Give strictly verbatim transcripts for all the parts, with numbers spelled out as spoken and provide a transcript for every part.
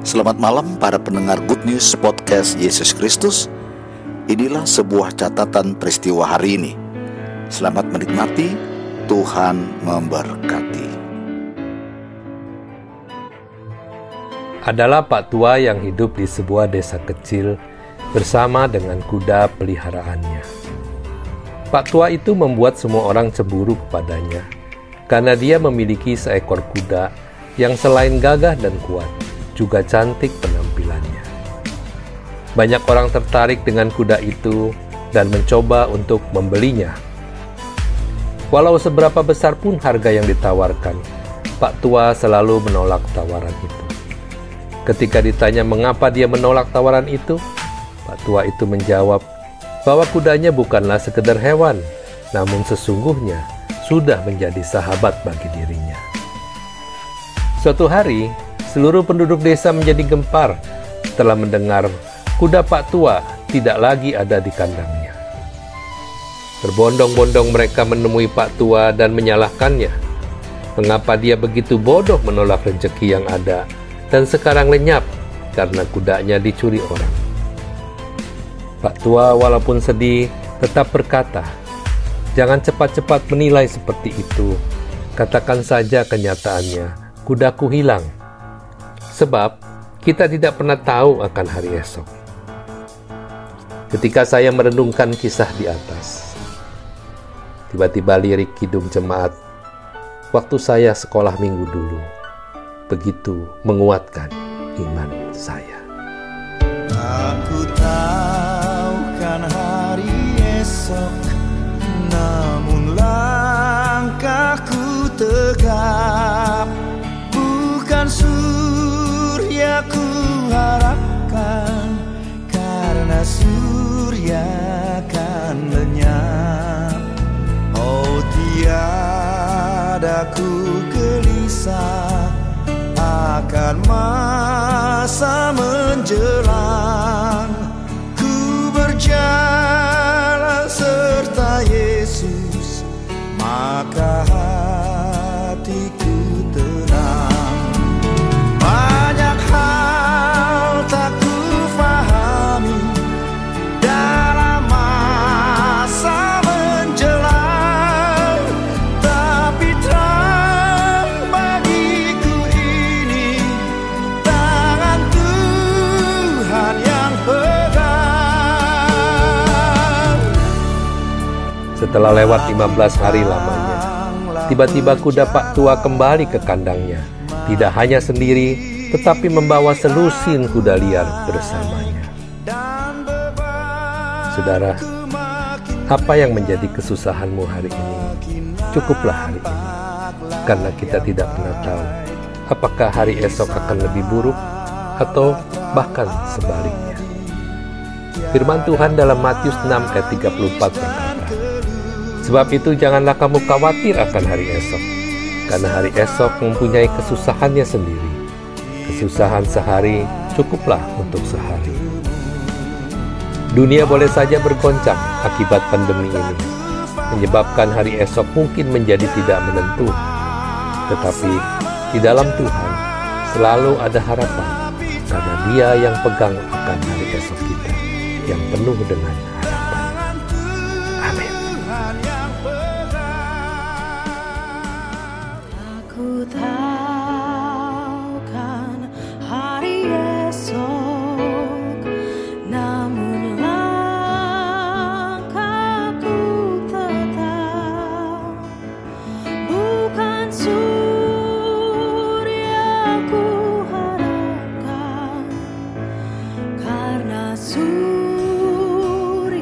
Selamat malam para pendengar Good News Podcast Yesus Kristus. Inilah sebuah catatan peristiwa hari ini. Selamat menikmati, Tuhan memberkati. Adalah Pak Tua yang hidup di sebuah desa kecil bersama dengan kuda peliharaannya. Pak Tua itu membuat semua orang cemburu kepadanya karena dia memiliki seekor kuda yang selain gagah dan kuat, juga cantik penampilannya. Banyak orang tertarik dengan kuda itu dan mencoba untuk membelinya. Walau seberapa besar pun harga yang ditawarkan, Pak Tua selalu menolak tawaran itu. Ketika ditanya mengapa dia menolak tawaran itu, Pak Tua itu menjawab bahwa kudanya bukanlah sekedar hewan, namun sesungguhnya sudah menjadi sahabat bagi dirinya. Suatu hari, seluruh penduduk desa menjadi gempar setelah mendengar kuda Pak Tua tidak lagi ada di kandangnya. Berbondong-bondong mereka menemui Pak Tua dan menyalahkannya. Mengapa dia begitu bodoh menolak rezeki yang ada dan sekarang lenyap karena kudanya dicuri orang. Pak Tua walaupun sedih tetap berkata, "Jangan cepat-cepat menilai seperti itu. Katakan saja kenyataannya, kudaku hilang. Sebab kita tidak pernah tahu akan hari esok." Ketika saya merenungkan kisah di atas, tiba-tiba lirik kidung jemaat waktu saya sekolah minggu dulu begitu menguatkan iman saya. Aku tahu kan hari esok, namun langkahku tegap. Bukan surya ku harapkan, karena surya kan lenyap. Oh, tiada ku gelisah akan masa menjelang. Ku berjalan serta Yesus, maka hatiku tenang. Banyak hal tak ku fahami dalam masa menjelang, tapi terang bagiku ini tangan Tuhan yang pegang. Setelah lewat lima belas hari lamanya, tiba-tiba kuda Pak Tua kembali ke kandangnya. Tidak hanya sendiri, tetapi membawa selusin kuda liar bersamanya. Saudara, apa yang menjadi kesusahanmu hari ini? Cukuplah hari ini, karena kita tidak pernah tahu apakah hari esok akan lebih buruk atau bahkan sebaliknya. Firman Tuhan dalam Matius enam ayat tiga puluh empat berkata, "Sebab itu janganlah kamu khawatir akan hari esok, karena hari esok mempunyai kesusahannya sendiri. Kesusahan sehari cukuplah untuk sehari." Dunia boleh saja bergoncang akibat pandemi ini, menyebabkan hari esok mungkin menjadi tidak menentu. Tetapi di dalam Tuhan selalu ada harapan, karena Dia yang pegang akan hari esok kita, yang penuh dengan harapan. Amin. Aku tahu kan hari esok, namun langkahku tetap. Bukan surya ku harapkan, karena surya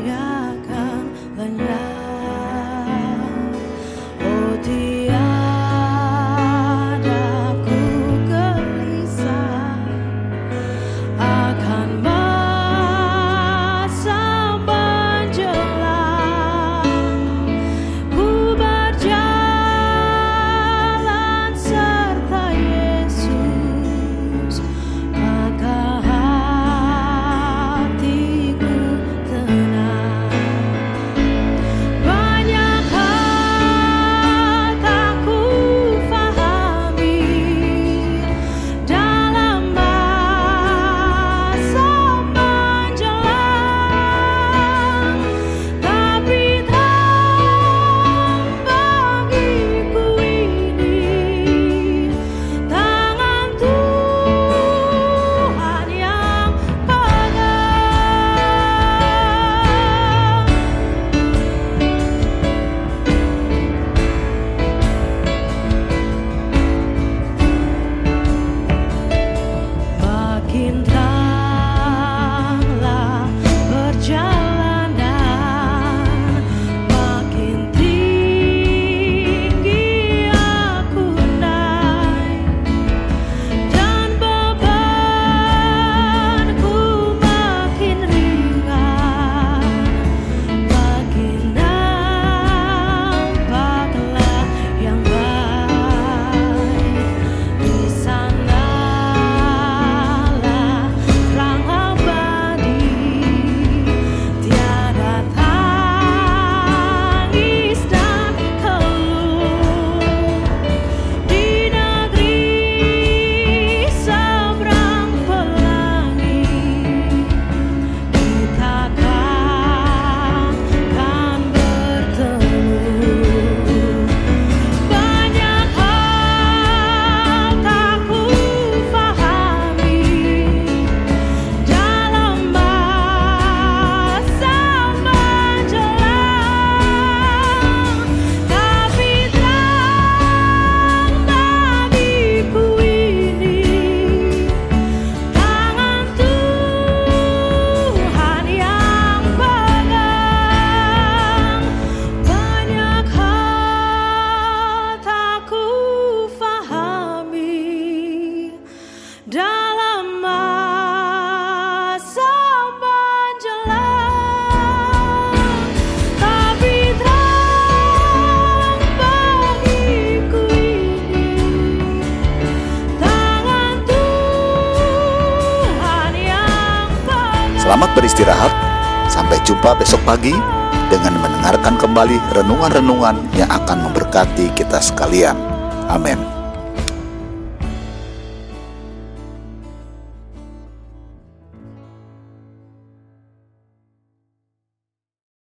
Selamat beristirahat. Sampai jumpa besok pagi dengan mendengarkan kembali renungan-renungan yang akan memberkati kita sekalian. Amin.